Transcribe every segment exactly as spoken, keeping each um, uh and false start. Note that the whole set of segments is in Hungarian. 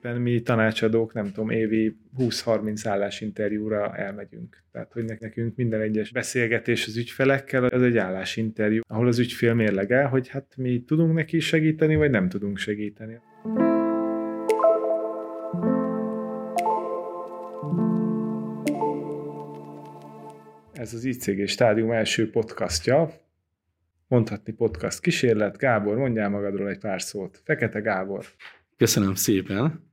tulajdonképpen mi tanácsadók, nem tudom, évi húsz-harminc állásinterjúra elmegyünk. Tehát, hogy nekünk minden egyes beszélgetés az ügyfelekkel, az egy állásinterjú, ahol az ügyfél mérlegel, hogy hát mi tudunk neki segíteni, vagy nem tudunk segíteni. Ez az i cé gé Stádium első podcastja, mondhatni podcast kísérlet. Gábor, mondjál magadról egy pár szót. Fekete Gábor. Köszönöm szépen.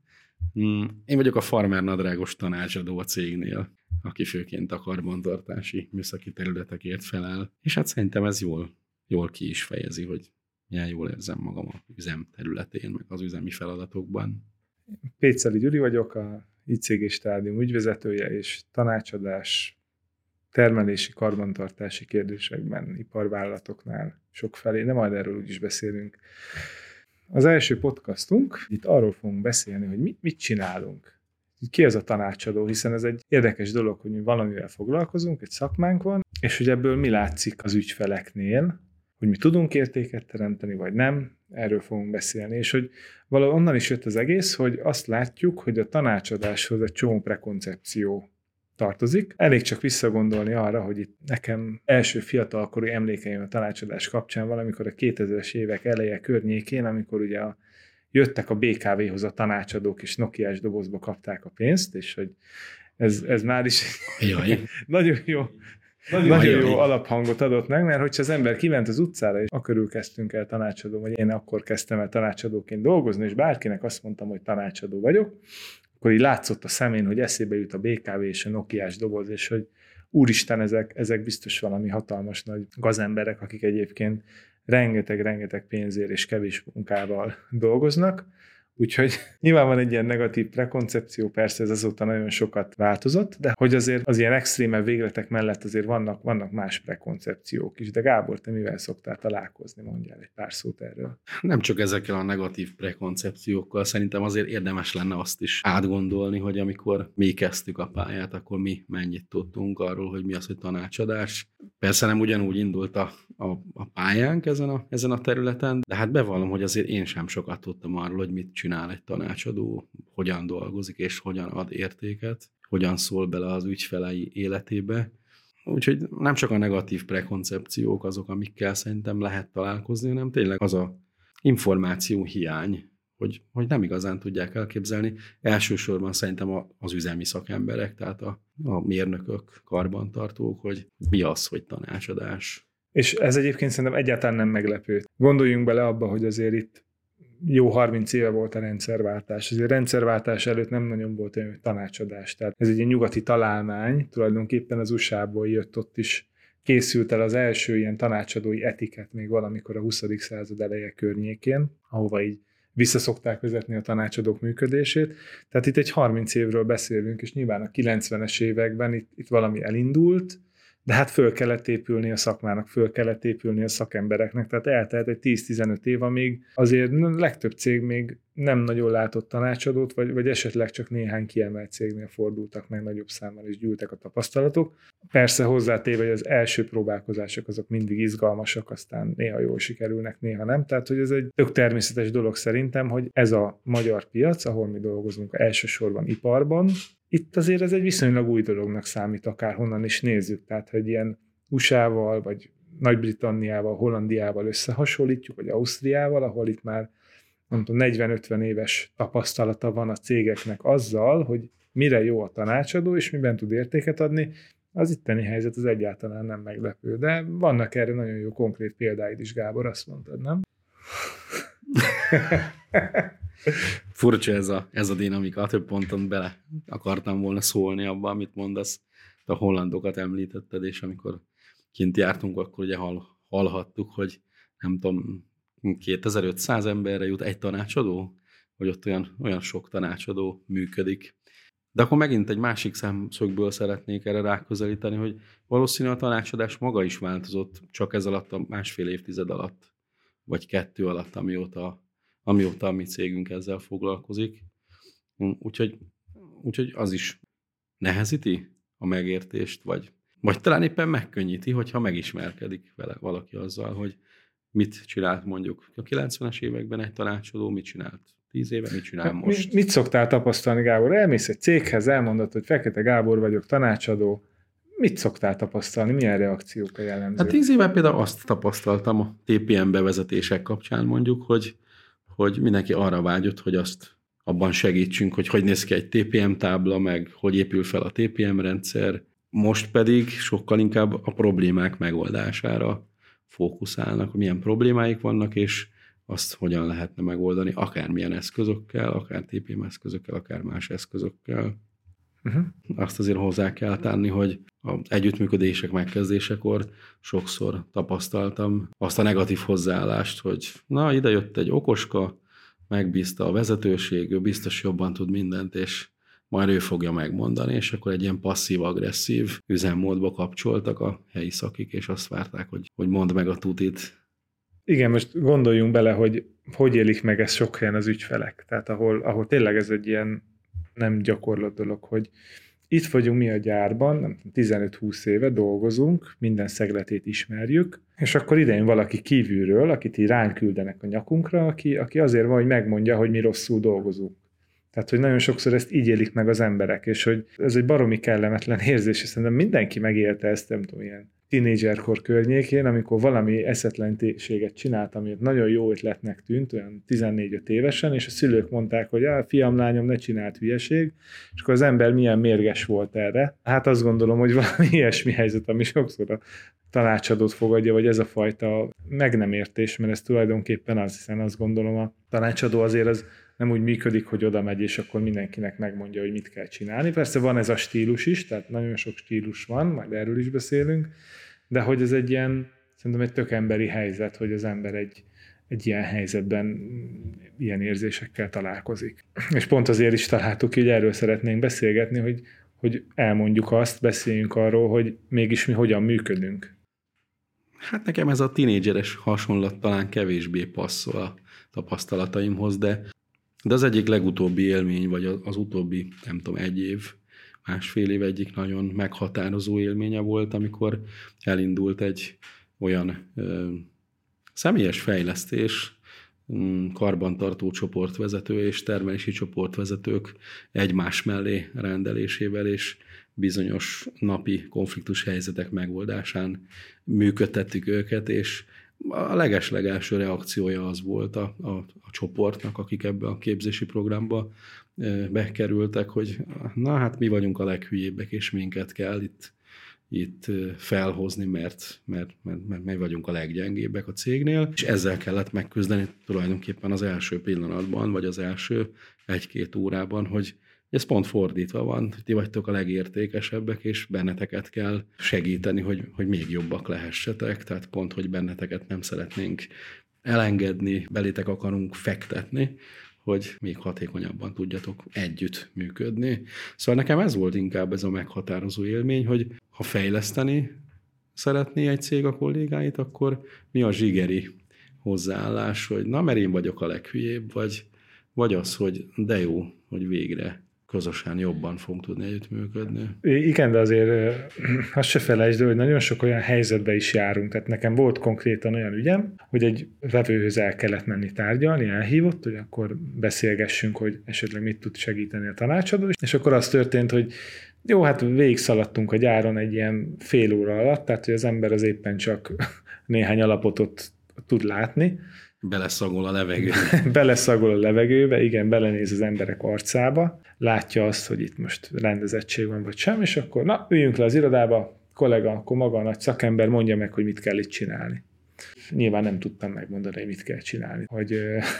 Én vagyok a farmer nadrágos tanácsadó a cégnél, aki főként a karbantartási műszaki területekért felel. És hát szerintem ez jól, jól ki is fejezi, hogy milyen jól érzem magam a üzem területén, meg az üzemi feladatokban. Péceli Gyuri vagyok, a i cé gé Stádium ügyvezetője és tanácsadás termelési, karbantartási kérdésekben, iparvállalatoknál sokfelé, de majd erről úgyis beszélünk. Az első podcastunk, itt arról fogunk beszélni, hogy mit, mit csinálunk. Ki az a tanácsadó, hiszen ez egy érdekes dolog, hogy mi valamivel foglalkozunk, egy szakmánk van, és hogy ebből mi látszik az ügyfeleknél, hogy mi tudunk értéket teremteni, vagy nem, erről fogunk beszélni, és hogy valahol onnan is jött az egész, hogy azt látjuk, hogy a tanácsadáshoz egy csomó prekoncepció tartozik. Elég csak visszagondolni arra, hogy itt nekem első fiatalkori emlékeim a tanácsadás kapcsán valamikor a kétezres évek eleje környékén, amikor ugye a, jöttek a bé ká véhoz a tanácsadók, és nokiás dobozba kapták a pénzt, és hogy ez, ez már is nagyon jó, nagyon, nagyon jó alaphangot adott meg, mert hogyha az ember kiment az utcára, és akkor kezdtünk el tanácsadó, vagy én akkor kezdtem el tanácsadóként dolgozni, és bárkinek azt mondtam, hogy tanácsadó vagyok, akkor így látszott a szemén, hogy eszébe jut a bé ká vé és a nokiás doboz, és hogy úristen, ezek, ezek biztos valami hatalmas nagy gazemberek, akik egyébként rengeteg-rengeteg pénzért és kevés munkával dolgoznak. Úgyhogy nyilván van egy ilyen negatív prekoncepció, persze ez azóta nagyon sokat változott, de hogy azért az ilyen extrémebb végletek mellett azért vannak, vannak más prekoncepciók is. De Gábor, te mivel szoktál találkozni? Mondjál egy pár szót erről. Nem csak ezekkel a negatív prekoncepciókkal, szerintem azért érdemes lenne azt is átgondolni, hogy amikor mi kezdtük a pályát, akkor mi mennyit tudtunk arról, hogy mi az, hogy tanácsadás. Persze nem ugyanúgy indult a, a, a pályánk ezen a, ezen a területen, de hát bevallom, hogy azért én sem sokat tudtam arról, hogy mit csinál egy tanácsadó, hogyan dolgozik és hogyan ad értéket, hogyan szól bele az ügyfelei életébe. Úgyhogy nem csak a negatív prekoncepciók azok, amikkel szerintem lehet találkozni, hanem tényleg az a információ hiány, hogy, hogy nem igazán tudják elképzelni. Elsősorban szerintem az üzemi szakemberek, tehát a, a mérnökök, karbantartók, hogy mi az, hogy tanácsadás. És ez egyébként szerintem egyáltalán nem meglepő. Gondoljunk bele abba, hogy azért itt jó harminc éve volt a rendszerváltás. Azért rendszerváltás előtt nem nagyon volt olyan tanácsadás. Tehát ez egy ilyen nyugati találmány, tulajdonképpen az u es á-ból jött, ott is készült el az első ilyen tanácsadói etiket még valamikor a huszadik század eleje környékén, ahova így visszaszokták vezetni a tanácsadók működését. Tehát itt egy harminc évről beszélünk, és nyilván a kilencvenes években itt, itt valami elindult, de hát föl kellett épülni a szakmának, föl kellett épülni a szakembereknek, tehát eltelt egy tíz-tizenöt év, amíg azért a legtöbb cég még nem nagyon látott tanácsadót, vagy, vagy esetleg csak néhány kiemelt cégnél fordultak meg nagyobb számmal, és gyűltek a tapasztalatok. Persze hozzátéve, hogy az első próbálkozások azok mindig izgalmasak, aztán néha jól sikerülnek, néha nem. Tehát, hogy ez egy tök természetes dolog szerintem, hogy ez a magyar piac, ahol mi dolgozunk elsősorban iparban, itt azért ez egy viszonylag új dolognak számít, akárhonnan is nézzük. Tehát, hogy ilyen u es á-val, vagy Nagy-Britanniával, Hollandiával összehasonlítjuk, vagy Ausztriával, ahol itt már nem tudom, negyven-ötven éves tapasztalata van a cégeknek azzal, hogy mire jó a tanácsadó, és miben tud értéket adni, az itteni helyzet az egyáltalán nem meglepő. De vannak erre nagyon jó konkrét példáid is, Gábor, azt mondtad, nem? Furcsa ez a, ez a dinamika, több ponton bele akartam volna szólni abba, amit mondasz. A hollandokat említetted, és amikor kint jártunk, akkor ugye hall, hallhattuk, hogy nem tudom, kétezer-ötszáz emberre jut egy tanácsadó, hogy ott olyan, olyan sok tanácsadó működik. De akkor megint egy másik szemszögből szeretnék erre ráközelíteni, hogy valószínűleg a tanácsadás maga is változott csak ez alatt a másfél évtized alatt, vagy kettő alatt, amióta, amióta a mi cégünk ezzel foglalkozik. Úgyhogy, úgyhogy az is nehezíti a megértést, vagy, vagy talán éppen megkönnyíti, hogyha megismerkedik vele valaki azzal, hogy mit csinált mondjuk a kilencvenes években egy tanácsadó, mit csinált tíz éve, mit csinál Hát most? Mi, mit szoktál tapasztalni, Gábor? Elmész egy céghez, elmondod, hogy Fekete Gábor vagyok, tanácsadó. Mit szoktál tapasztalni? Milyen reakciók a jellemző? Hát tíz éve például azt tapasztaltam a té pé em bevezetések kapcsán mondjuk, hogy, hogy mindenki arra vágyott, hogy azt abban segítsünk, hogy hogy néz ki egy té pé em tábla, meg hogy épül fel a té pé em rendszer. Most pedig sokkal inkább a problémák megoldására fókuszálnak, milyen problémáik vannak, és azt hogyan lehetne megoldani, akármilyen eszközökkel, akár té pé em eszközökkel, akár más eszközökkel. Uh-huh. Azt azért hozzá kell tenni, hogy az együttműködések megkezdésekor sokszor tapasztaltam azt a negatív hozzáállást, hogy na, ide jött egy okoska, megbízta a vezetőség, ő biztos jobban tud mindent, és majd ő fogja megmondani, és akkor egy ilyen passzív-agresszív üzemmódba kapcsoltak a helyi szakik, és azt várták, hogy, hogy mondd meg a tutit. Igen, most gondoljunk bele, hogy hogy élik meg ezt sok helyen az ügyfelek. Tehát ahol, ahol tényleg ez egy ilyen nem gyakorlott dolog, hogy itt vagyunk mi a gyárban, tizenöt-húsz éve dolgozunk, minden szegletét ismerjük, és akkor idejön valaki kívülről, akit így ránk küldenek a nyakunkra, aki, aki azért van, hogy megmondja, hogy mi rosszul dolgozunk. Tehát, hogy nagyon sokszor ezt így élik meg az emberek, és hogy ez egy baromi kellemetlen érzés, és szerintem mindenki megélte ezt, nem tudom, ilyen tínédzserkor környékén, amikor valami eszetlenséget csinált, ami nagyon jó ötletnek tűnt, olyan tizennégy-öt évesen, és a szülők mondták, hogy á, fiam, lányom, ne csinált hülyeség, és akkor az ember milyen mérges volt erre. Hát azt gondolom, hogy valami ilyesmi helyzet, ami sokszor a tanácsadót fogadja, vagy ez a fajta meg nem értés, mert ez tulajdonképpen az, hiszen azt gondolom, a tanácsadó azért az nem úgy működik, hogy oda megy, és akkor mindenkinek megmondja, hogy mit kell csinálni. Persze van ez a stílus is, tehát nagyon sok stílus van, majd erről is beszélünk, de hogy ez egy ilyen, szerintem egy tök emberi helyzet, hogy az ember egy, egy ilyen helyzetben ilyen érzésekkel találkozik. És pont azért is találtuk, hogy erről szeretnénk beszélgetni, hogy, hogy elmondjuk azt, beszéljünk arról, hogy mégis mi hogyan működünk. Hát nekem ez a tínédzseres hasonlat talán kevésbé passzol a tapasztalataimhoz, de De az egyik legutóbbi élmény, vagy az utóbbi, nem tudom, egy év, másfél év egyik nagyon meghatározó élménye volt, amikor elindult egy olyan ö, személyes fejlesztés, karbantartó csoportvezető és termelési csoportvezetők egymás mellé rendelésével és bizonyos napi konfliktus helyzetek megoldásán működtettük őket, és a leges-legelső reakciója az volt a, a, a csoportnak, akik ebbe a képzési programba bekerültek, hogy na hát mi vagyunk a leghülyébbek, és minket kell itt, itt felhozni, mert, mert, mert, mert mi vagyunk a leggyengébbek a cégnél, és ezzel kellett megküzdeni tulajdonképpen az első pillanatban, vagy az első egy-két órában, hogy ez pont fordítva van, ti vagytok a legértékesebbek, és benneteket kell segíteni, hogy, hogy még jobbak lehessetek, tehát pont, hogy benneteket nem szeretnénk elengedni, belétek akarunk fektetni, hogy még hatékonyabban tudjatok együtt működni. Szóval nekem ez volt inkább ez a meghatározó élmény, hogy ha fejleszteni szeretné egy cég a kollégáit, akkor mi a zsigeri hozzáállás, hogy na, mert én vagyok a leghülyébb, vagy, vagy az, hogy de jó, hogy végre közösen jobban fogunk tudni együttműködni. Igen, de azért azt se felejtsd, hogy nagyon sok olyan helyzetbe is járunk. Tehát nekem volt konkrétan olyan ügyem, hogy egy vevőhöz el kellett menni tárgyalni, elhívott, hogy akkor beszélgessünk, hogy esetleg mit tud segíteni a tanácsadó. És akkor az történt, hogy jó, hát végigszaladtunk a gyáron egy ilyen fél óra alatt, tehát hogy az ember az éppen csak néhány alapotot tud látni. Beleszagol a levegőbe. Beleszagol a levegőbe, igen, belenéz az emberek arcába, látja azt, hogy itt most rendezettség van, vagy sem, és akkor na, üljünk le az irodába, kollega, akkor maga a nagy szakember mondja meg, hogy mit kell itt csinálni. Nyilván nem tudtam megmondani, hogy mit kell csinálni. Hogy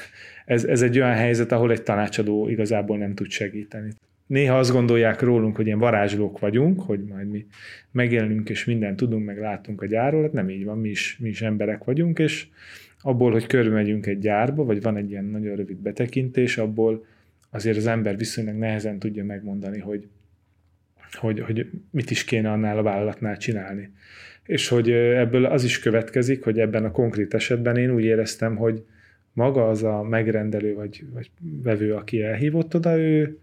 ez, ez egy olyan helyzet, ahol egy tanácsadó igazából nem tud segíteni. Néha azt gondolják rólunk, hogy ilyen varázslók vagyunk, hogy majd mi megjelenünk, és mindent tudunk, meg látunk a gyárról, hát nem így van, mi is, mi is emberek vagyunk, és abból, hogy körülmegyünk egy gyárba, vagy van egy ilyen nagyon rövid betekintés, abból azért az ember viszonylag nehezen tudja megmondani, hogy, hogy, hogy mit is kéne annál a vállalatnál csinálni. És hogy ebből az is következik, hogy ebben a konkrét esetben én úgy éreztem, hogy maga az a megrendelő vagy, vagy vevő, aki elhívott oda, ő,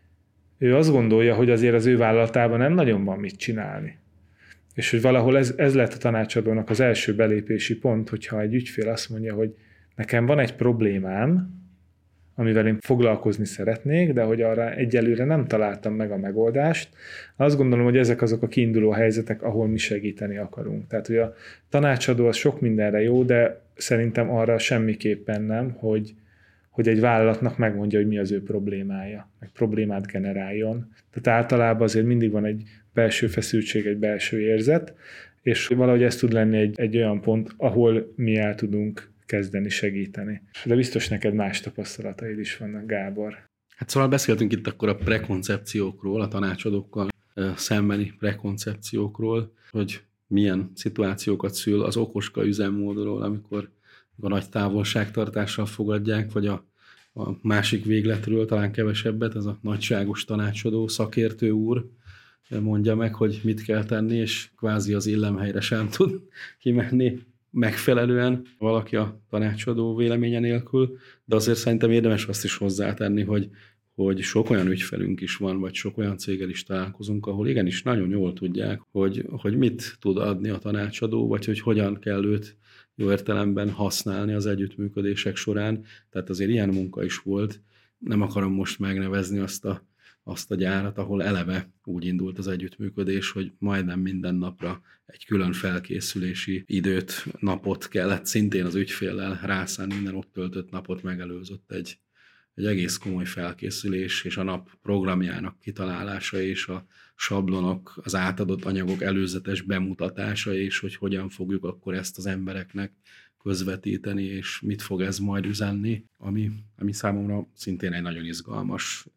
ő azt gondolja, hogy azért az ő vállalatában nem nagyon van mit csinálni. És hogy valahol ez, ez lett a tanácsadónak az első belépési pont, hogyha egy ügyfél azt mondja, hogy nekem van egy problémám, amivel én foglalkozni szeretnék, de hogy arra egyelőre nem találtam meg a megoldást. Azt gondolom, hogy ezek azok a kiinduló helyzetek, ahol mi segíteni akarunk. Tehát, hogy a tanácsadó az sok mindenre jó, de szerintem arra semmiképpen nem, hogy, hogy egy vállalatnak megmondja, hogy mi az ő problémája, meg problémát generáljon. Tehát általában azért mindig van egy belső feszültség, egy belső érzet, és valahogy ez tud lenni egy, egy olyan pont, ahol mi el tudunk kezdeni segíteni. De biztos neked más tapasztalataid is vannak, Gábor. Hát szóval beszéltünk itt akkor a prekoncepciókról, a tanácsadókkal szembeni prekoncepciókról, hogy milyen szituációkat szül az okoska üzemmódról, amikor a nagy távolságtartással fogadják, vagy a, a másik végletről talán kevesebbet, ez a nagyságos tanácsadó, szakértő úr mondja meg, hogy mit kell tenni, és kvázi az illemhelyre sem tud kimenni megfelelően valaki a tanácsadó véleménye nélkül, de azért szerintem érdemes azt is hozzátenni, hogy, hogy sok olyan ügyfelünk is van, vagy sok olyan céggel is találkozunk, ahol igenis nagyon jól tudják, hogy, hogy mit tud adni a tanácsadó, vagy hogy hogyan kell őt jó értelemben használni az együttműködések során. Tehát azért ilyen munka is volt. Nem akarom most megnevezni azt a azt a gyárat, ahol eleve úgy indult az együttműködés, hogy majdnem minden napra egy külön felkészülési időt, napot kellett szintén az ügyféllel rászánni, minden ott töltött napot megelőzött egy, egy egész komoly felkészülés, és a nap programjának kitalálása, és a sablonok, az átadott anyagok előzetes bemutatása, és hogy hogyan fogjuk akkor ezt az embereknek közvetíteni, és mit fog ez majd üzenni, ami, ami számomra szintén egy nagyon izgalmas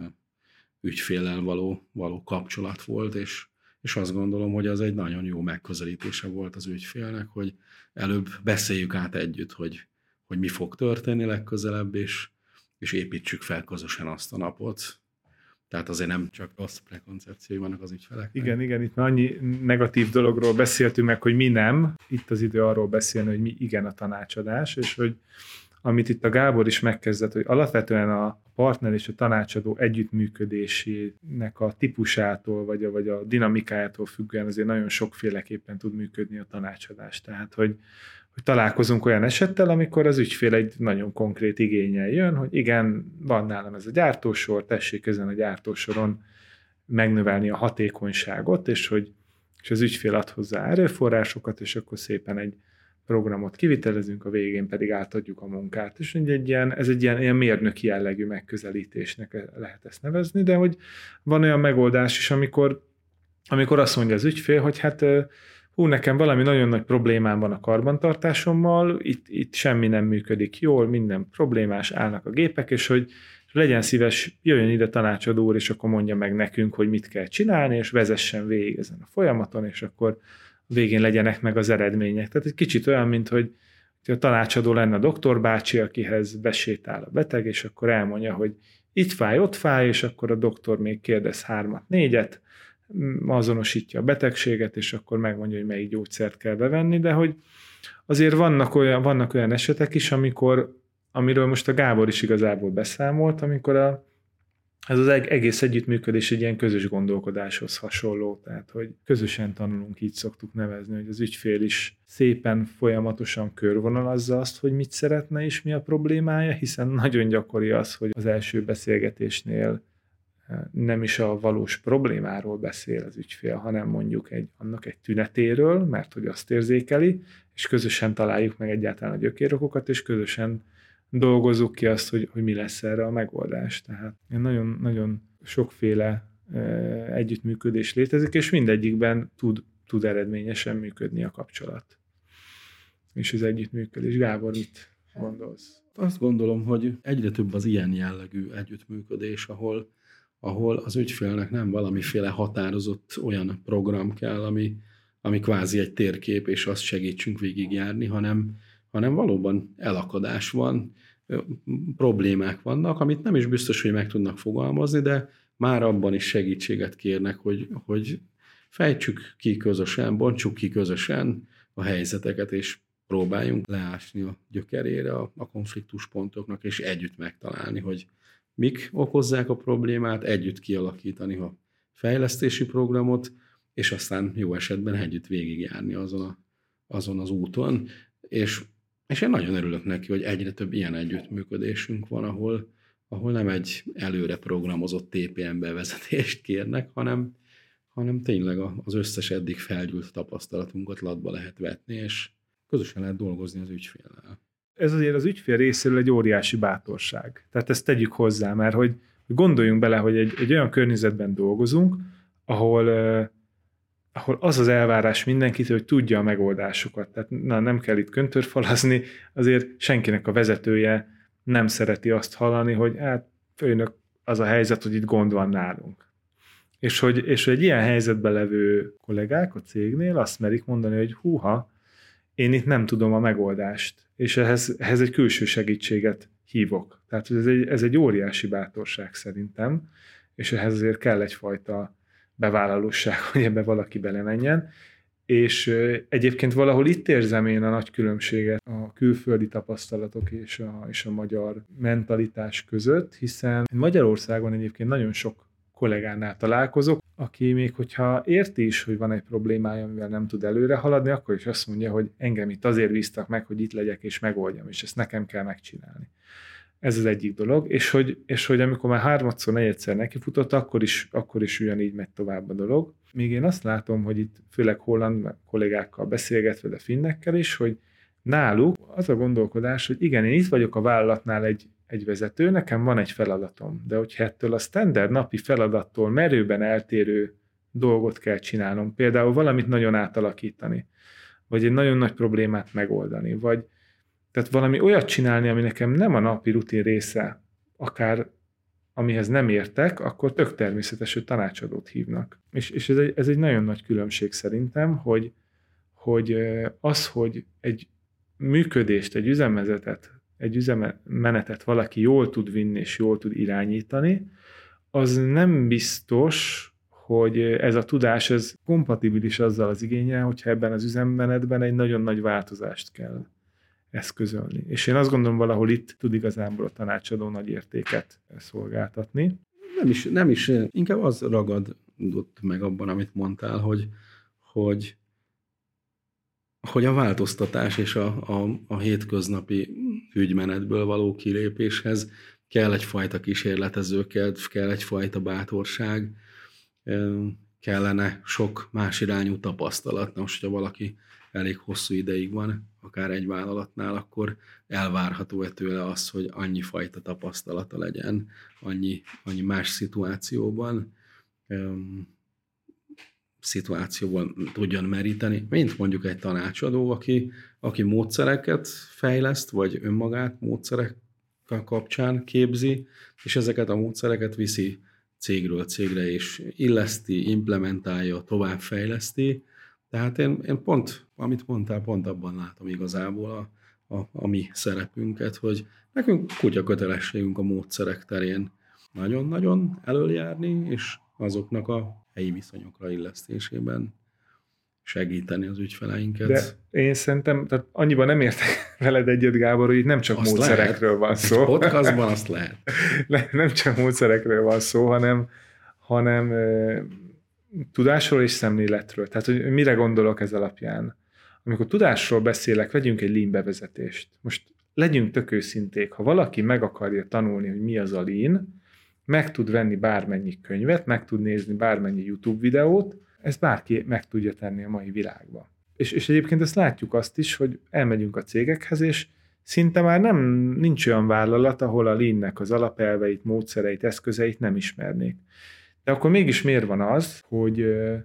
ügyféllel való, való kapcsolat volt, és, és azt gondolom, hogy az egy nagyon jó megközelítése volt az ügyfélnek, hogy előbb beszéljük át együtt, hogy, hogy mi fog történni legközelebb, és, és építsük fel közösen azt a napot. Tehát azért nem csak rossz prekoncepciói vannak az ügyfeleknek. Igen, igen, itt már annyi negatív dologról beszéltünk meg, hogy mi nem. Itt az idő arról beszélni, hogy mi igen a tanácsadás, és hogy amit itt a Gábor is megkezdett, hogy alapvetően a partner és a tanácsadó együttműködésének a típusától, vagy a, vagy a dinamikájától függően azért nagyon sokféleképpen tud működni a tanácsadás. Tehát, hogy, hogy találkozunk olyan esettel, amikor az ügyfél egy nagyon konkrét igénnyel jön, hogy igen, van nálam ez a gyártósor, tessék ezen a gyártósoron megnövelni a hatékonyságot, és hogy és az ügyfél ad hozzá erőforrásokat, és akkor szépen egy programot kivitelezünk, a végén pedig átadjuk a munkát. És egy ilyen, ez egy ilyen, ilyen mérnöki jellegű megközelítésnek lehet ezt nevezni, de hogy van olyan megoldás is, amikor, amikor azt mondja az ügyfél, hogy hát hú, nekem valami nagyon nagy problémám van a karbantartásommal, itt, itt semmi nem működik jól, minden problémás, állnak a gépek, és hogy legyen szíves, jöjjön ide tanácsadó úr, és akkor mondja meg nekünk, hogy mit kell csinálni, és vezessen végig ezen a folyamaton, és akkor végén legyenek meg az eredmények. Tehát egy kicsit olyan, mint hogy a tanácsadó lenne a doktor bácsi, akihez besétál a beteg, és akkor elmondja, hogy itt fáj, ott fáj, és akkor a doktor még kérdez hármat, négyet, azonosítja a betegséget, és akkor megmondja, hogy melyik gyógyszert kell bevenni, de hogy azért vannak olyan, vannak olyan esetek is, amikor, amiről most a Gábor is igazából beszámolt, amikor a ez az egész együttműködés egy ilyen közös gondolkodáshoz hasonló, tehát hogy közösen tanulunk, így szoktuk nevezni, hogy az ügyfél is szépen, folyamatosan körvonalazza azt, hogy mit szeretne és mi a problémája, hiszen nagyon gyakori az, hogy az első beszélgetésnél nem is a valós problémáról beszél az ügyfél, hanem mondjuk egy, annak egy tünetéről, mert hogy azt érzékeli, és közösen találjuk meg egyáltalán a gyökérokokat, és közösen dolgozzuk ki azt, hogy, hogy mi lesz erre a megoldás. Tehát nagyon, nagyon sokféle e, együttműködés létezik, és mindegyikben tud, tud eredményesen működni a kapcsolat. És az együttműködés. Gábor, mit gondolsz? Azt gondolom, hogy egyre több az ilyen jellegű együttműködés, ahol, ahol az ügyfélnek nem valamiféle határozott olyan program kell, ami, ami kvázi egy térkép, és azt segítsünk végigjárni, hanem hanem valóban elakadás van, problémák vannak, amit nem is biztos, hogy meg tudnak fogalmazni, de már abban is segítséget kérnek, hogy, hogy fejtsük ki közösen, bontsuk ki közösen a helyzeteket, és próbáljunk leásni a gyökerére a, a konfliktuspontoknak, és együtt megtalálni, hogy mik okozzák a problémát, együtt kialakítani a fejlesztési programot, és aztán jó esetben együtt végigjárni azon, a, azon az úton, és És én nagyon örülök neki, hogy egyre több ilyen együttműködésünk van, ahol, ahol nem egy előre programozott té pé em bevezetést kérnek, hanem, hanem tényleg az összes eddig felgyűlt tapasztalatunkat latba lehet vetni, és közösen lehet dolgozni az ügyféllel. Ez azért az ügyfél részéről egy óriási bátorság. Tehát ezt tegyük hozzá, mert hogy gondoljunk bele, hogy egy, egy olyan környezetben dolgozunk, ahol, eh, ahol az az elvárás mindenkitől, hogy tudja a megoldásokat. Tehát na, nem kell itt köntörfalazni, azért senkinek a vezetője nem szereti azt hallani, hogy hát főnök, az a helyzet, hogy itt gond van nálunk. És hogy, és hogy egy ilyen helyzetben levő kollégák a cégnél azt merik mondani, hogy húha, én itt nem tudom a megoldást, és ehhez, ehhez egy külső segítséget hívok. Tehát ez egy, ez egy óriási bátorság szerintem, és ehhez azért kell egyfajta bevállalóság, hogy ebbe valaki belemenjen. És egyébként valahol itt érzem én a nagy különbséget a külföldi tapasztalatok és a, és a magyar mentalitás között, hiszen Magyarországon egyébként nagyon sok kollégánál találkozok, aki még hogyha érti is, hogy van egy problémája, amivel nem tud előre haladni, akkor is azt mondja, hogy engem itt azért bíztak meg, hogy itt legyek és megoldjam, és ezt nekem kell megcsinálni. Ez az egyik dolog, és hogy, és hogy amikor már harmadszor, negyedszer nekifutott, akkor is, akkor is ugyanígy megy tovább a dolog. Még én azt látom, hogy itt főleg holland kollégákkal beszélgetve, de finnekkel is, hogy náluk az a gondolkodás, hogy igen, én itt vagyok a vállalatnál egy, egy vezető, nekem van egy feladatom, de hogyha ettől a standard napi feladattól merőben eltérő dolgot kell csinálnom, például valamit nagyon átalakítani, vagy egy nagyon nagy problémát megoldani, vagy tehát valami olyat csinálni, ami nekem nem a napi rutin része, akár amihez nem értek, akkor tök természetes, hogy tanácsadót hívnak. És, és ez, egy, ez egy nagyon nagy különbség szerintem, hogy, hogy az, hogy egy működést, egy üzemvezetet, egy üzemmenetet valaki jól tud vinni és jól tud irányítani, az nem biztos, hogy ez a tudás ez kompatibilis azzal az igénnyel, hogyha ebben az üzemmenetben egy nagyon nagy változást kell eszközölni. És én azt gondolom, valahol itt tud igazából a tanácsadó nagy értéket szolgáltatni. Nem is, nem is, inkább az ragadott meg abban, amit mondtál, hogy, hogy, hogy a változtatás és a, a, a hétköznapi ügymenetből való kilépéshez kell egyfajta kísérletező, kell, kell egyfajta bátorság, kellene sok más irányú tapasztalat. Na most, hogyha valaki elég hosszú ideig van, akár egy vállalatnál, akkor elvárható-e tőle az, hogy annyi fajta tapasztalata legyen, annyi, annyi más szituációban, um, szituációban tudjon meríteni, mint mondjuk egy tanácsadó, aki, aki módszereket fejleszt, vagy önmagát módszerek kapcsán képzi, és ezeket a módszereket viszi cégről cégre, és illeszti, implementálja, továbbfejleszti. Tehát én, én pont, amit mondtál, pont abban látom igazából a, a, a mi szerepünket, hogy nekünk kutya kötelességünk a módszerek terén nagyon-nagyon előjárni, és azoknak a helyi viszonyokra illesztésében segíteni az ügyfeleinket. De én szerintem, tehát annyiban nem értek veled egyet, Gábor, hogy itt nem csak azt módszerekről lehet. van szó. Egy podcastban azt lehet. Nem csak módszerekről van szó, hanem, hanem tudásról és szemléletről. Tehát, hogy mire gondolok ez alapján. Amikor tudásról beszélek, vegyünk egy lean bevezetést. Most legyünk tök őszinték. Ha valaki meg akarja tanulni, hogy mi az a lean, meg tud venni bármennyi könyvet, meg tud nézni bármennyi YouTube videót, ezt bárki meg tudja tenni a mai világban. És, és egyébként ezt látjuk azt is, hogy elmegyünk a cégekhez, és szinte már nem, nincs olyan vállalat, ahol a lean-nek az alapelveit, módszereit, eszközeit nem ismernék. De akkor mégis miért van az, hogy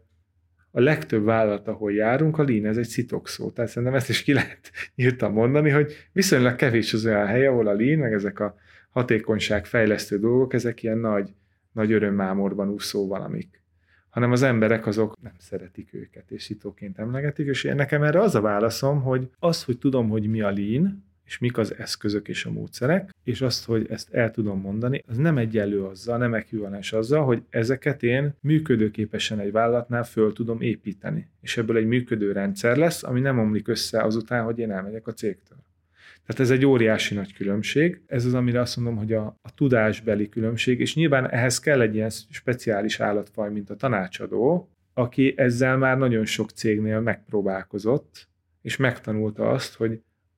a legtöbb vállalat, ahol járunk, a lean, ez egy szitokszó. Tehát szerintem ezt is ki lehet nyíltan mondani, hogy viszonylag kevés az olyan hely, ahol a lean, meg ezek a hatékonyság fejlesztő dolgok, ezek ilyen nagy, nagy örömmámorban úszó valamik. Hanem az emberek azok nem szeretik őket, és szitóként emlegetik, és én nekem erre az a válaszom, hogy az, hogy tudom, hogy mi a lean, és mik az eszközök és a módszerek, és azt, hogy ezt el tudom mondani, az nem egyenlő azzal, nem ekvivalens azzal, hogy ezeket én működőképesen egy vállalatnál föl tudom építeni. És ebből egy működő rendszer lesz, ami nem omlik össze azután, hogy én elmegyek a cégtől. Tehát ez egy óriási nagy különbség. Ez az, amire azt mondom, hogy a, a tudásbeli különbség, és nyilván ehhez kell egy ilyen speciális állatfaj, mint a tanácsadó, aki ezzel már nagyon sok cégnél megpróbálkozott, és megtanulta azt, hogy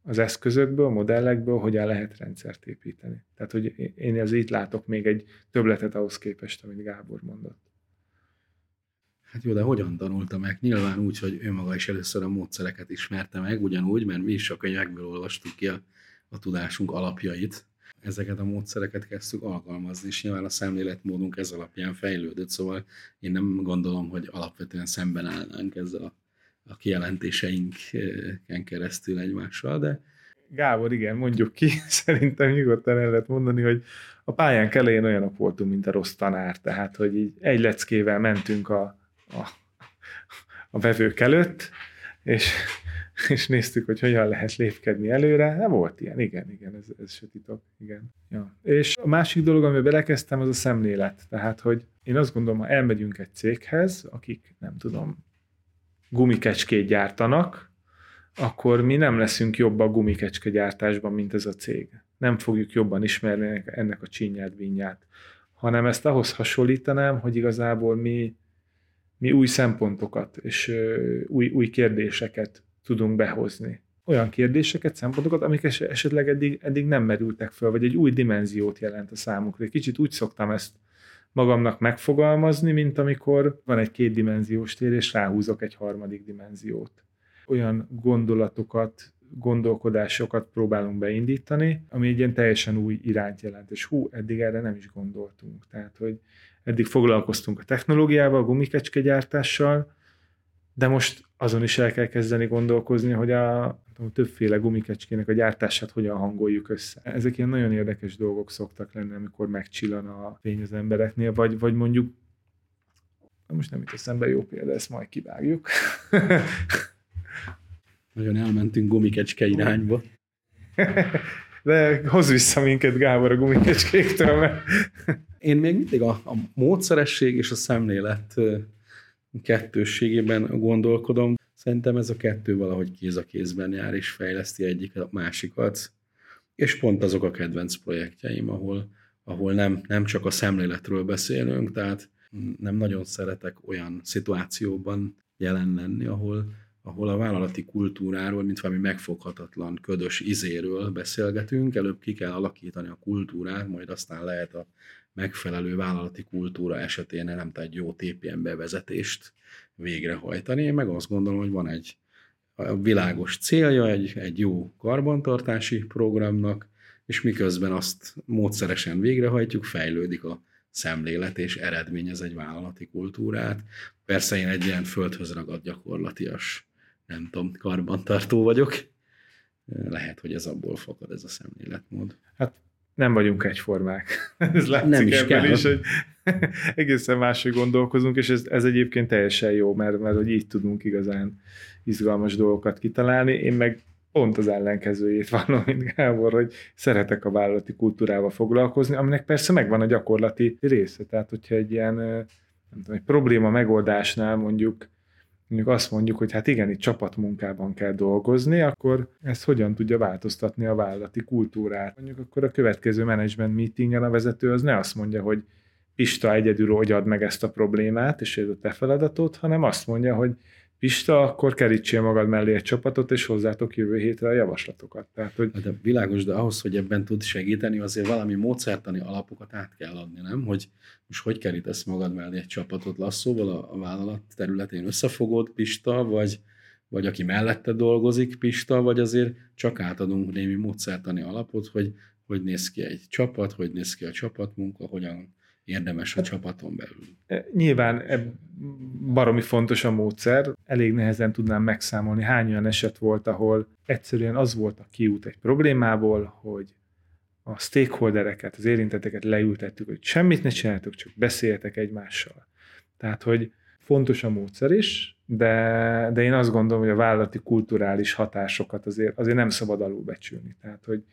az eszközökből, modellekből hogyan lehet rendszert építeni. Tehát, hogy én az itt látok még egy többletet ahhoz képest, amit Gábor mondott. Hát jó, de hogyan tanulta meg? Nyilván úgy, hogy ő maga is először a módszereket ismerte meg, ugyanúgy, mert mi is a könyvekből olvastuk ki a, a tudásunk alapjait. Ezeket a módszereket kezdtük alkalmazni, és nyilván a szemléletmódunk ez alapján fejlődött, szóval én nem gondolom, hogy alapvetően szemben állnánk ezzel a, a kijelentéseinken keresztül egymással, de... Gábor, igen, mondjuk ki, szerintem nyugodtan el lehet mondani, hogy a pályánk elején olyanok voltunk, mint a rossz tanár, tehát, hogy így egy leckével mentünk a, a, a vevők előtt, és, és néztük, hogy hogyan lehet lépkedni előre. Nem volt ilyen, igen, igen, ez, ez se titok, igen. Ja. És a másik dolog, amiben belekezdtem, az a szemlélet. Tehát, hogy én azt gondolom, ha elmegyünk egy céghez, akik, nem tudom, gumikecskét gyártanak, akkor mi nem leszünk jobb a gumikecske gyártásban, mint ez a cég. Nem fogjuk jobban ismerni ennek a csínyát, vinyát, hanem ezt ahhoz hasonlítanám, hogy igazából mi, mi új szempontokat és új, új kérdéseket tudunk behozni. Olyan kérdéseket, szempontokat, amik esetleg eddig, eddig nem merültek föl, vagy egy új dimenziót jelent a számukra. Egy kicsit úgy szoktam ezt magamnak megfogalmazni, mint amikor van egy kétdimenziós tér, és ráhúzok egy harmadik dimenziót. Olyan gondolatokat, gondolkodásokat próbálunk beindítani, ami egy ilyen teljesen új irányt jelent, és hú, eddig erre nem is gondoltunk. Tehát, hogy eddig foglalkoztunk a technológiával, a gumikecskegyártással, de most azon is el kell kezdeni gondolkozni, hogy a tudom, többféle gumikecskének a gyártását hogyan hangoljuk össze. Ezek ilyen nagyon érdekes dolgok szoktak lenni, amikor megcsillan a fény az embereknél, vagy, vagy mondjuk, most nem itt eszembe jó példa, ezt majd kivágjuk. Nagyon elmentünk gumikecske irányba. De hozz vissza minket, Gábor, a gumikecskéktől, mert... Én még mindig a, a módszeresség és a szemlélet kettősségében gondolkodom. Szerintem ez a kettő valahogy kéz a kézben jár, és fejleszti egyik a másikat. És pont azok a kedvenc projektjeim, ahol, ahol nem, nem csak a szemléletről beszélünk, tehát nem nagyon szeretek olyan szituációban jelen lenni, ahol ahol a vállalati kultúráról, mint valami megfoghatatlan, ködös izéről beszélgetünk, előbb ki kell alakítani a kultúrát, majd aztán lehet a megfelelő vállalati kultúra esetén nem egy jó té pé em bevezetést végrehajtani. Én meg azt gondolom, hogy van egy világos célja, egy, egy jó karbantartási programnak, és miközben azt módszeresen végrehajtjuk, fejlődik a szemlélet, és eredményez egy vállalati kultúrát. Persze én egy ilyen földhöz ragadt gyakorlatias, nem tudom, karbantartó vagyok. Lehet, hogy ez abból fakad, ez a szemléletmód. Hát nem vagyunk egyformák. Ez látszik nem is ebben kell. is, hogy egészen máshogy gondolkozunk, és ez, ez egyébként teljesen jó, mert, mert hogy így tudunk igazán izgalmas dolgokat kitalálni. Én meg pont az ellenkezőjét vallom, mint Gábor, hogy szeretek a vállalati kultúrával foglalkozni, aminek persze megvan a gyakorlati része. Tehát, hogyha egy ilyen nem tudom, egy probléma megoldásnál mondjuk, mondjuk azt mondjuk, hogy hát igen, itt csapatmunkában kell dolgozni, akkor ez hogyan tudja változtatni a vállalati kultúrát. Mondjuk akkor a következő management meetingen a vezető az ne azt mondja, hogy Pista, egyedül oldjad meg ezt a problémát, és ez a te feladatod, hanem azt mondja, hogy Pista, akkor kerítsél magad mellé egy csapatot, és hozzátok jövő hétre a javaslatokat. Tehát, hogy... De világos, de ahhoz, hogy ebben tud segíteni, azért valami módszertani alapokat át kell adni, nem? Hogy most hogy kerítesz magad mellé egy csapatot Lasszóval a, a vállalat területén összefogod, Pista, vagy, vagy aki mellette dolgozik, Pista, vagy azért csak átadunk némi módszertani alapot, hogy hogy néz ki egy csapat, hogy néz ki a csapatmunka, hogyan érdemes a csapaton belül. Nyilván baromi fontos a módszer, elég nehezen tudnám megszámolni, hány olyan eset volt, ahol egyszerűen az volt a kiút egy problémából, hogy a stakeholdereket, az érintetteket leültettük, hogy semmit ne csináltok, csak beszéljetek egymással. Tehát, hogy fontos a módszer is, de, de én azt gondolom, hogy a vállalati kulturális hatásokat azért, azért nem szabad alulbecsülni. Tehát, hogy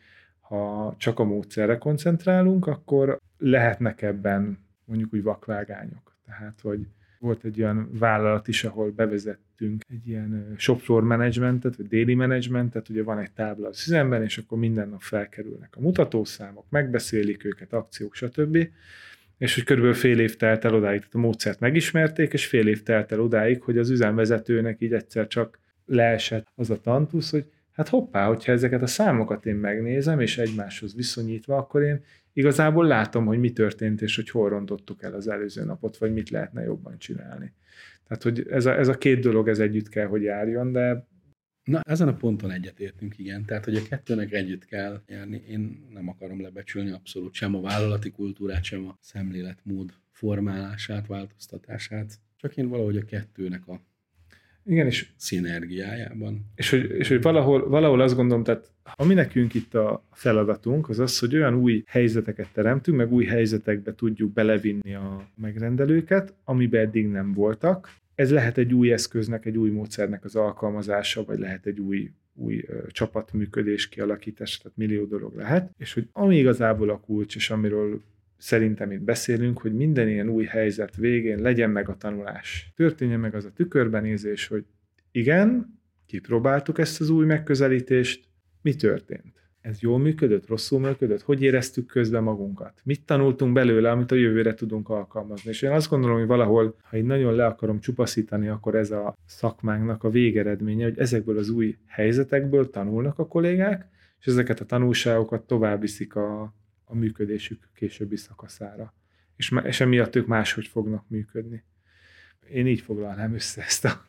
ha csak a módszerre koncentrálunk, akkor lehetnek ebben mondjuk úgy vakvágányok. Tehát, hogy volt egy olyan vállalat is, ahol bevezettünk egy ilyen shop floor managementet, vagy daily managementet, ugye van egy tábla az üzemben, és akkor minden nap felkerülnek a mutatószámok, megbeszélik őket, akciók, stb. És hogy körülbelül fél év telt el odáig, tehát a módszert megismerték, és fél év telt el odáig, hogy az üzemvezetőnek így egyszer csak leesett az a tantusz, hogy hát hoppá, hogyha ezeket a számokat én megnézem, és egymáshoz viszonyítva, akkor én igazából látom, hogy mi történt, és hogy hol rontottuk el az előző napot, vagy mit lehetne jobban csinálni. Tehát, hogy ez a, ez a két dolog, ez együtt kell, hogy járjon, de... Na, ezen a ponton egyetértünk, igen. Tehát, hogy a kettőnek együtt kell járni. Én nem akarom lebecsülni abszolút sem a vállalati kultúrát, sem a szemléletmód formálását, változtatását. Csak én valahogy a kettőnek a igen, és, szinergiájában. És hogy, és hogy valahol, valahol azt gondolom, tehát ami nekünk itt a feladatunk, az az, hogy olyan új helyzeteket teremtünk, meg új helyzetekbe tudjuk belevinni a megrendelőket, amiben eddig nem voltak. Ez lehet egy új eszköznek, egy új módszernek az alkalmazása, vagy lehet egy új, új ö, csapatműködés kialakítása, tehát millió dolog lehet. És hogy ami igazából a kulcs, és amiről szerintem itt beszélünk, hogy minden ilyen új helyzet végén legyen meg a tanulás. Történjen meg az a tükörbenézés, hogy igen, kipróbáltuk ezt az új megközelítést, mi történt? Ez jól működött, rosszul működött? Hogy éreztük közben magunkat? Mit tanultunk belőle, amit a jövőre tudunk alkalmazni? És én azt gondolom, hogy valahol, ha én nagyon le akarom csupaszítani, akkor ez a szakmánknak a végeredménye, hogy ezekből az új helyzetekből tanulnak a kollégák, és ezeket a tanulságokat tovább viszik a, a működésük későbbi szakaszára. És, és emiatt ők máshogy fognak működni. Én így foglalnám össze ezt a...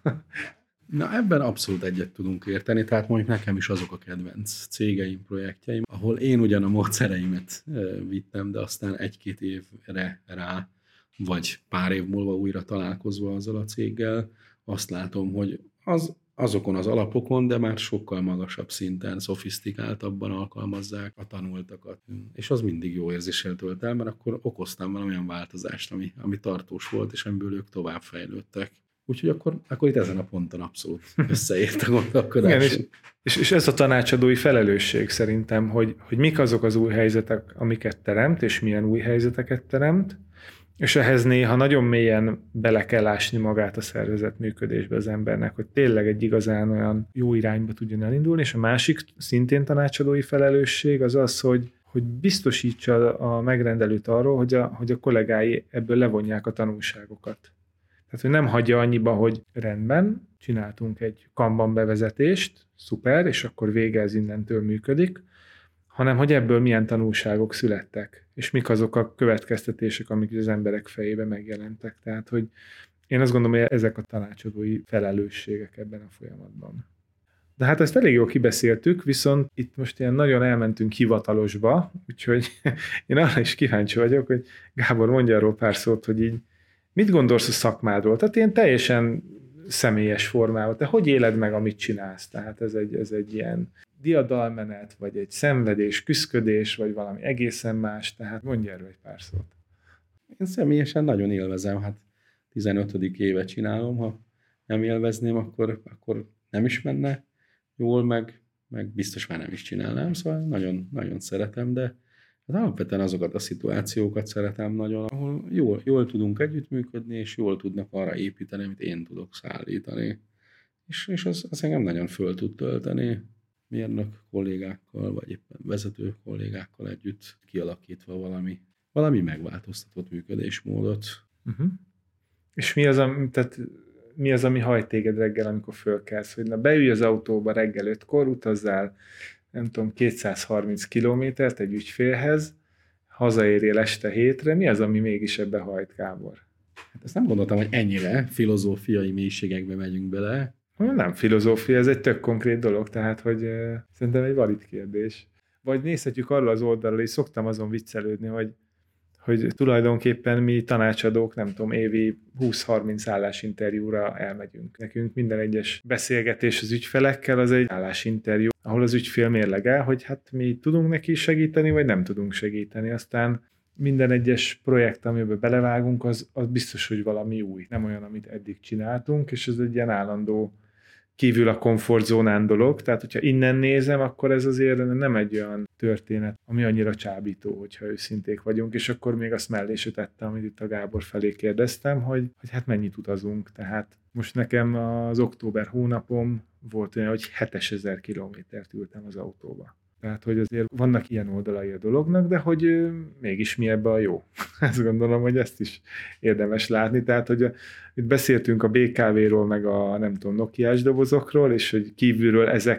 Na, ebben abszolút egyet tudunk érteni, tehát mondjuk nekem is azok a kedvenc cégeim, projektjeim, ahol én ugyan a módszereimet vittem, de aztán egy-két évre rá, vagy pár év múlva újra találkozva azzal a céggel, azt látom, hogy az, azokon az alapokon, de már sokkal magasabb szinten, szofisztikáltabban alkalmazzák a tanultakat. És az mindig jó érzéssel tölt el, mert akkor okoztam valamilyen változást, ami, ami tartós volt, és amiből ők tovább fejlődtek. Úgyhogy akkor, akkor itt ezen a ponton abszolút összeért a gondolkodás. Igen, és, és, és ez a tanácsadói felelősség szerintem, hogy, hogy mik azok az új helyzetek, amiket teremt, és milyen új helyzeteket teremt, és ehhez néha nagyon mélyen bele kell ásni magát a szervezet működésbe az embernek, hogy tényleg egy igazán olyan jó irányba tudjon elindulni, és a másik szintén tanácsadói felelősség az az, hogy, hogy biztosítsa a megrendelőt arról, hogy a, hogy a kollégái ebből levonják a tanulságokat. Tehát, hogy nem hagyja annyiba, hogy rendben, csináltunk egy Kanban bevezetést, szuper, és akkor vége, ez innentől működik, hanem hogy ebből milyen tanulságok születtek, és mik azok a következtetések, amik az emberek fejébe megjelentek. Tehát, hogy én azt gondolom, hogy ezek a tanácsadói felelősségek ebben a folyamatban. De hát ezt elég jól kibeszéltük, viszont itt most ilyen nagyon elmentünk hivatalosba, úgyhogy én arra is kíváncsi vagyok, hogy Gábor, mondja arról pár szót, hogy így mit gondolsz a szakmádról? Tehát ilyen teljesen személyes formában. Te hogy éled meg, amit csinálsz? Tehát ez egy, ez egy ilyen diadalmenet, vagy egy szenvedés, küszködés, vagy valami egészen más. Tehát mondj erről egy pár szót. Én személyesen nagyon élvezem. Hát tizenötödik éve csinálom. Ha nem élvezném, akkor, akkor nem is menne jól, meg, meg biztos már nem is csinálnám. Szóval nagyon, nagyon szeretem, de hát alapvetően azokat a szituációkat szeretem nagyon, ahol jól, jól tudunk együttműködni, és jól tudnak arra építeni, amit én tudok szállítani. És, és az, az engem nagyon föl tud tölteni, mérnök kollégákkal, vagy éppen vezető kollégákkal együtt kialakítva valami, valami megváltoztatott működésmódot. Uh-huh. És mi az, ami, tehát mi az, ami hajt téged reggel, amikor fölkelsz? Hogy na, beülj az autóba reggel ötkor, utazzál, nem tudom, kétszázharminc kilométert egy ügyfélhez, hazaérjél este hétre, mi az, ami mégis ebbe hajt, Gábor? Hát ezt nem gondoltam, hogy ennyire filozófiai mélységekbe megyünk bele. Nem filozófia, ez egy tök konkrét dolog, tehát, hogy uh, szerintem egy valid kérdés. Vagy nézhetjük arra az oldalról, és szoktam azon viccelődni, hogy hogy tulajdonképpen mi tanácsadók, nem tudom, évi húsz-harminc állásinterjúra elmegyünk. Nekünk minden egyes beszélgetés az ügyfelekkel az egy állásinterjú, ahol az ügyfél mérlegel, hogy hát mi tudunk neki segíteni, vagy nem tudunk segíteni. Aztán minden egyes projekt, amiben belevágunk, az, az biztos, hogy valami új. Nem olyan, amit eddig csináltunk, és ez egy ilyen állandó kívül a komfortzónán dolog, tehát hogyha innen nézem, akkor ez azért nem egy olyan történet, ami annyira csábító, hogyha őszinték vagyunk, és akkor még azt mellé se tettem, amit itt a Gábor felé kérdeztem, hogy, hogy hát mennyit utazunk, tehát most nekem az október hónapom volt olyan, hogy hétezer kilométert ültem az autóba. Tehát, hogy azért vannak ilyen oldalai a dolognak, de hogy mégis mi ebbe a jó. Ezt gondolom, hogy ezt is érdemes látni. Tehát, hogy a, itt beszéltünk a bé ká vé-ról, meg a nem tudom, Nokiás dobozokról, és hogy kívülről ezek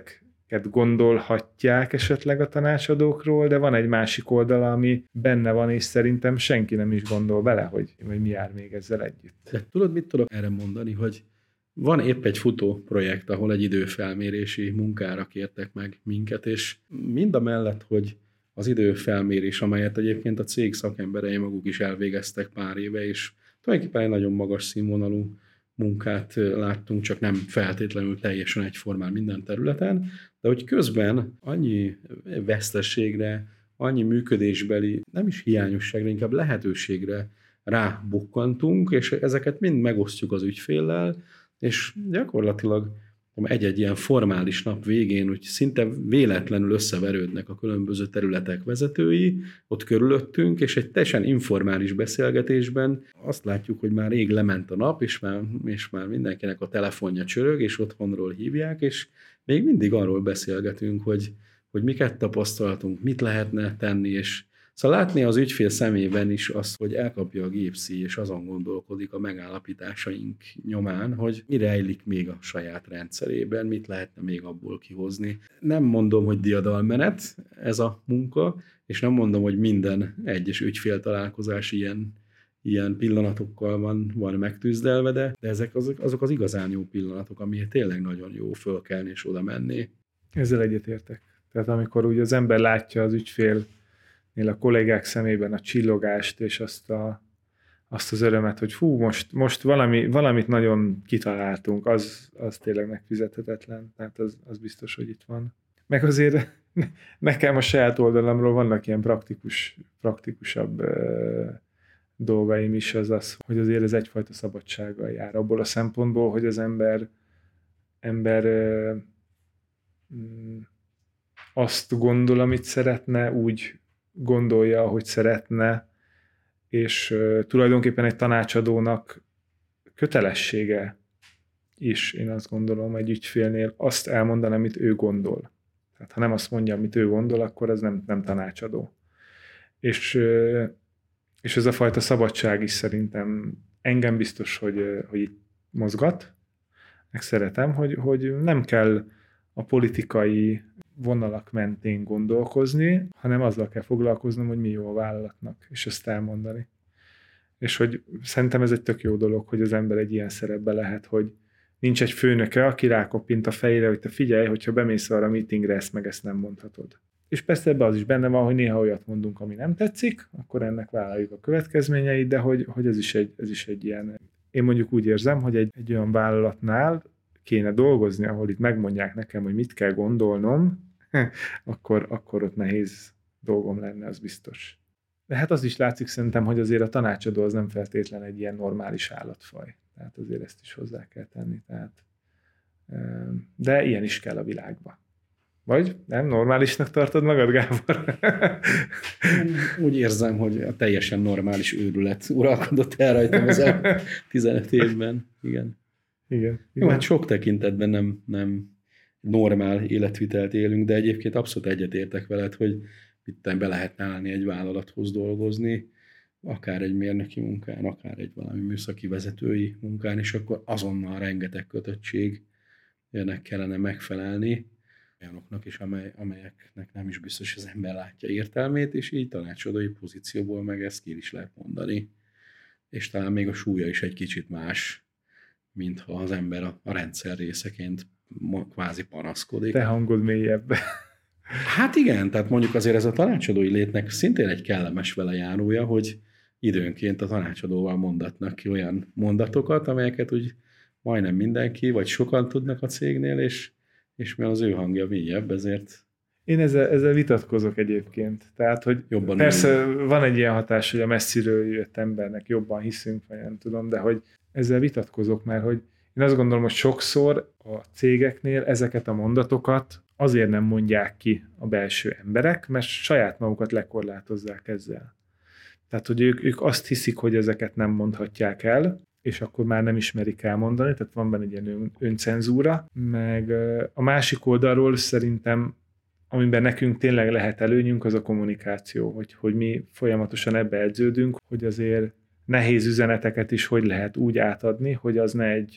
gondolhatják esetleg a tanácsadókról, de van egy másik oldala, ami benne van, és szerintem senki nem is gondol bele, hogy, hogy mi jár még ezzel együtt. De tudod, mit tudok erre mondani, hogy van épp egy futó projekt, ahol egy időfelmérési munkára kértek meg minket, és mind a mellett, hogy az időfelmérés, amelyet egyébként a cég szakemberei maguk is elvégeztek pár éve, és tulajdonképpen egy nagyon magas színvonalú munkát láttunk, csak nem feltétlenül teljesen egyformán minden területen, de hogy közben annyi veszteségre, annyi működésbeli, nem is hiányosságra, inkább lehetőségre rábukkantunk, és ezeket mind megosztjuk az ügyféllel, és gyakorlatilag egy-egy ilyen formális nap végén úgy szinte véletlenül összeverődnek a különböző területek vezetői ott körülöttünk, és egy teljesen informális beszélgetésben azt látjuk, hogy már rég lement a nap, és már, és már mindenkinek a telefonja csörög, és otthonról hívják, és még mindig arról beszélgetünk, hogy, hogy miket tapasztaltunk, mit lehetne tenni, és szóval látni az ügyfél szemében is azt, hogy elkapja a gépszíj, és azon gondolkodik a megállapításaink nyomán, hogy mi rejlik még a saját rendszerében, mit lehetne még abból kihozni. Nem mondom, hogy diadalmenet ez a munka, és nem mondom, hogy minden egyes ügyféltalálkozás ilyen, ilyen pillanatokkal van, van megtűzdelve, de ezek azok, azok az igazán jó pillanatok, amiért tényleg nagyon jó fölkelni és oda menni. Ezzel egyetértek. Tehát amikor ugye az ember látja az ügyfél a kollégák szemében a csillogást, és azt, a, azt az örömet, hogy fú, most, most valami, valamit nagyon kitaláltunk, az, az tényleg megfizethetetlen. Tehát az, az biztos, hogy itt van. Meg azért nekem a saját oldalamról vannak ilyen praktikus, praktikusabb uh, dolgaim is, az az, hogy azért ez egyfajta szabadsággal jár. Abból a szempontból, hogy az ember, ember uh, azt gondol, amit szeretne, úgy gondolja, ahogy szeretne, és uh, tulajdonképpen egy tanácsadónak kötelessége is, én azt gondolom, egy ügyfélnél azt elmondani, amit ő gondol. Tehát ha nem azt mondja, amit ő gondol, akkor ez nem, nem tanácsadó. És, uh, és ez a fajta szabadság is szerintem engem biztos, hogy, uh, hogy itt mozgat, meg szeretem, hogy, hogy nem kell a politikai vonalak mentén gondolkozni, hanem azzal kell foglalkoznom, hogy mi jó a vállalatnak, és ezt elmondani. És hogy szerintem ez egy tök jó dolog, hogy az ember egy ilyen szerepben lehet, hogy nincs egy főnöke, aki rákoppint a fejére, hogy te figyelj, hogyha bemész arra a meetingre, ezt meg ezt nem mondhatod. És persze ebben az is benne van, hogy néha olyat mondunk, ami nem tetszik, akkor ennek vállaljuk a következményeit, de hogy, hogy ez, is egy, ez is egy ilyen... Én mondjuk úgy érzem, hogy egy, egy olyan vállalatnál kéne dolgozni, ahol itt megmondják nekem, hogy mit kell gondolnom, akkor, akkor ott nehéz dolgom lenne, az biztos. De hát az is látszik szerintem, hogy azért a tanácsadó az nem feltétlen egy ilyen normális állatfaj. Tehát azért ezt is hozzá kell tenni. Tehát, de ilyen is kell a világba. Vagy? Nem? Normálisnak tartod magad, Gábor? Úgy érzem, hogy a teljesen normális őrület uralkodott el rajtam az el tizenöt évben. Igen. Igen. Jó, hát sok tekintetben nem, nem normál életvitelt élünk, de egyébként abszolút egyetértek veled, hogy itt be lehetne állni egy vállalathoz dolgozni, akár egy mérnöki munkán, akár egy valami műszaki vezetői munkán, és akkor azonnal rengeteg kötöttségnek kellene megfelelni, olyanoknak is, amely, amelyeknek nem is biztos, hogy az ember látja értelmét, és így tanácsadói pozícióból meg ezt ki is lehet mondani. És talán még a súlya is egy kicsit más, mintha az ember a, a rendszer részeként kvázi panaszkodik. Te hangod mélyebb. Hát igen, tehát mondjuk azért ez a tanácsadói létnek szintén egy kellemes velejárója, hogy időnként a tanácsadóval mondatnak ki olyan mondatokat, amelyeket úgy majdnem mindenki, vagy sokan tudnak a cégnél, és, és mi az ő hangja mélyebb, ezért... Én ezzel, ezzel vitatkozok egyébként. Tehát, hogy jobban persze úgy. Van egy ilyen hatás, hogy a messziről jött embernek jobban hiszünk, vagy nem tudom, de hogy ezzel vitatkozok, mert hogy én azt gondolom, hogy sokszor a cégeknél ezeket a mondatokat azért nem mondják ki a belső emberek, mert saját magukat lekorlátozzák ezzel. Tehát, hogy ők, ők azt hiszik, hogy ezeket nem mondhatják el, és akkor már nem ismerik elmondani, tehát van benne egy ilyen ön, öncenzúra, meg a másik oldalról szerintem, amiben nekünk tényleg lehet előnyünk, az a kommunikáció, hogy, hogy mi folyamatosan ebbe edződünk, hogy azért nehéz üzeneteket is hogy lehet úgy átadni, hogy az ne egy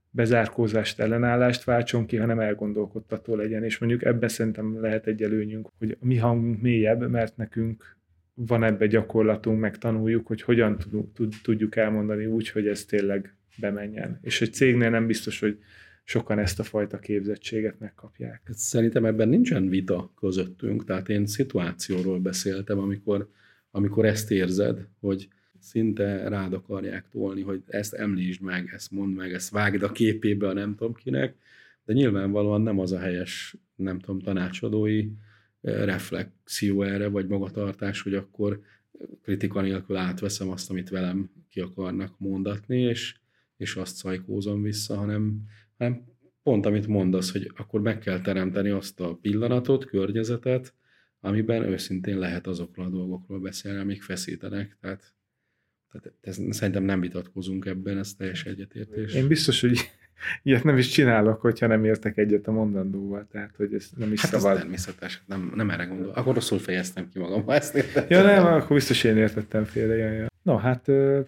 bezárkózást, ellenállást váltson ki, hanem elgondolkodtató legyen. És mondjuk ebben szerintem lehet egy előnyünk, hogy a mi hangunk mélyebb, mert nekünk van ebbe gyakorlatunk, meg tanuljuk, hogy hogyan tudjuk elmondani úgy, hogy ez tényleg bemenjen. És egy cégnél nem biztos, hogy sokan ezt a fajta képzettséget megkapják. Szerintem ebben nincsen vita közöttünk, tehát én szituációról beszéltem, amikor, amikor ezt érzed, hogy szinte rád akarják tolni, hogy ezt említsd meg, ezt mondd meg, ezt vágd a képébe a nem tudom kinek, de nyilvánvalóan nem az a helyes, nem tudom, tanácsadói reflexió erre, vagy magatartás, hogy akkor kritika nélkül átveszem azt, amit velem ki akarnak mondatni, és, és azt szajkózom vissza, hanem, hanem pont amit mondasz, hogy akkor meg kell teremteni azt a pillanatot, környezetet, amiben őszintén lehet azokról a dolgokról beszélni, amik feszítenek. Tehát, tehát ez, szerintem nem vitatkozunk ebben, ez teljes egyetértés. Én biztos, hogy ilyet nem is csinálok, hogyha nem értek egyet a mondandóval, tehát hogy ez nem is hát szabad. Ez természetes, nem, nem erre gondol. Akkor rosszul fejeztem ki magam, ha ezt értettem. Ja nem, akkor biztos én értettem félre. Ja, ja. No, hát uh,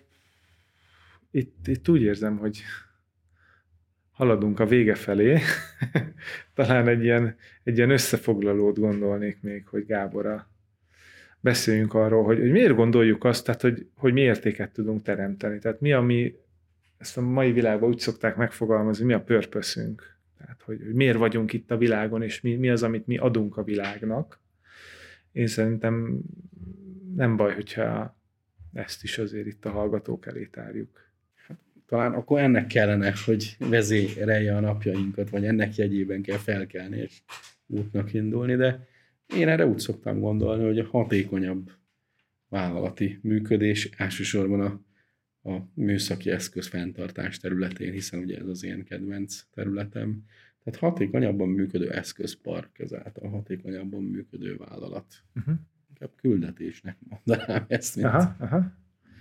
itt, itt úgy érzem, hogy haladunk a vége felé. Talán egy ilyen, egy ilyen összefoglalót gondolnék még, hogy Gáborra beszéljünk arról, hogy, hogy miért gondoljuk azt, tehát hogy, hogy mi értéket tudunk teremteni. Tehát mi, ami ezt a mai világban úgy szokták megfogalmazni, mi a purpose-ünk. Tehát, hogy, hogy miért vagyunk itt a világon, és mi, mi az, amit mi adunk a világnak. Én szerintem nem baj, hogyha ezt is azért itt a hallgatók elé tárjuk. Talán akkor ennek kellene, hogy vezérelje a napjainkat, vagy ennek jegyében kell felkelni és útnak indulni, de én erre úgy szoktam gondolni, hogy a hatékonyabb vállalati működés elsősorban a a műszaki eszköz fenntartás területén, hiszen ugye ez az én kedvenc területem. Tehát hatékonyabban működő eszközpark, ezáltal hatékonyabban működő vállalat. Uh-huh. Inkább küldetésnek mondanám ezt. Mint... Aha, aha.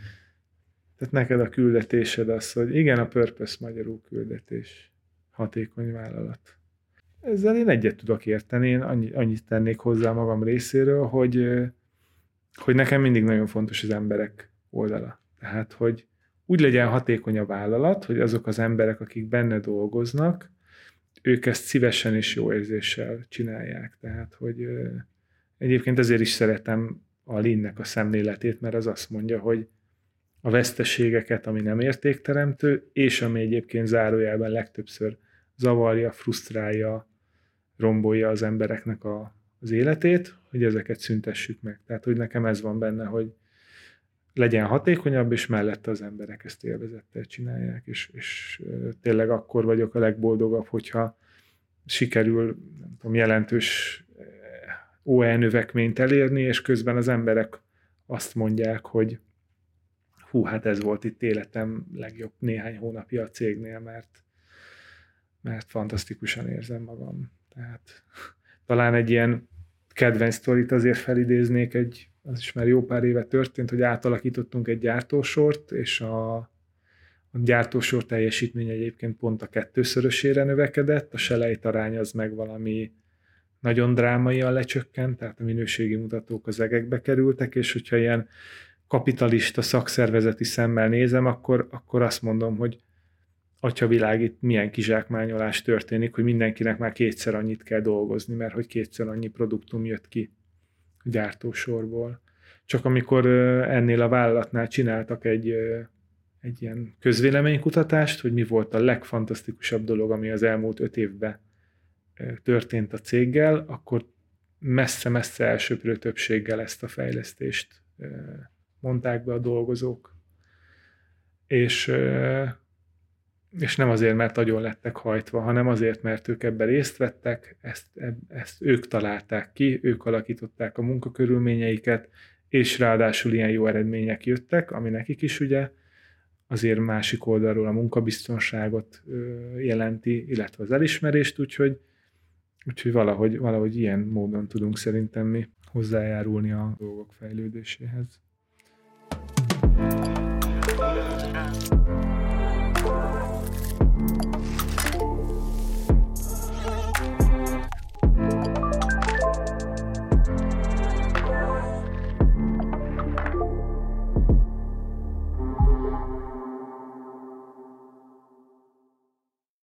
Tehát neked a küldetésed az, hogy igen, a purpose magyarul küldetés. Hatékony vállalat. Ezzel én egyet tudok érteni, én annyi, annyit tennék hozzá magam részéről, hogy, hogy nekem mindig nagyon fontos az emberek oldala. Tehát, hogy úgy legyen hatékony a vállalat, hogy azok az emberek, akik benne dolgoznak, ők ezt szívesen és jó érzéssel csinálják. Tehát, hogy egyébként ezért is szeretem a Lean-nek a szemléletét, mert az azt mondja, hogy a veszteségeket, ami nem értékteremtő, és ami egyébként zárójelben legtöbbször zavarja, frusztrálja, rombolja az embereknek a, az életét, hogy ezeket szüntessük meg. Tehát, hogy nekem ez van benne, hogy legyen hatékonyabb, és mellette az emberek ezt élvezettel csinálják, és, és tényleg akkor vagyok a legboldogabb, hogyha sikerül, nem tudom, jelentős o e növekményt elérni, és közben az emberek azt mondják, hogy hú, hát ez volt itt életem legjobb néhány hónapja a cégnél, mert, mert fantasztikusan érzem magam. Tehát talán egy ilyen kedvenc sztorit azért felidéznék, egy, az is már jó pár éve történt, hogy átalakítottunk egy gyártósort, és a, a gyártósor teljesítmény egyébként pont a kettőszörösére növekedett, a selejtarány az meg valami nagyon drámaian lecsökkent, tehát a minőségi mutatók az egekbe kerültek, és hogyha ilyen kapitalista szakszervezeti szemmel nézem, akkor, akkor azt mondom, hogy atyavilág, itt milyen kizsákmányolás történik, hogy mindenkinek már kétszer annyit kell dolgozni, mert hogy kétszer annyi produktum jött ki a gyártósorból. Csak amikor ennél a vállalatnál csináltak egy, egy ilyen közvéleménykutatást, hogy mi volt a legfantasztikusabb dolog, ami az elmúlt öt évben történt a céggel, akkor messze-messze elsöprő többséggel ezt a fejlesztést mondták be a dolgozók. És, és nem azért, mert agyon lettek hajtva, hanem azért, mert ők ebben részt vettek, ezt, ezt ők találták ki, ők alakították a munkakörülményeiket, és ráadásul ilyen jó eredmények jöttek, ami nekik is ugye azért másik oldalról a munkabiztonságot jelenti, illetve az elismerést, úgyhogy, úgyhogy valahogy, valahogy ilyen módon tudunk szerintem mi hozzájárulni a dolgok fejlődéséhez.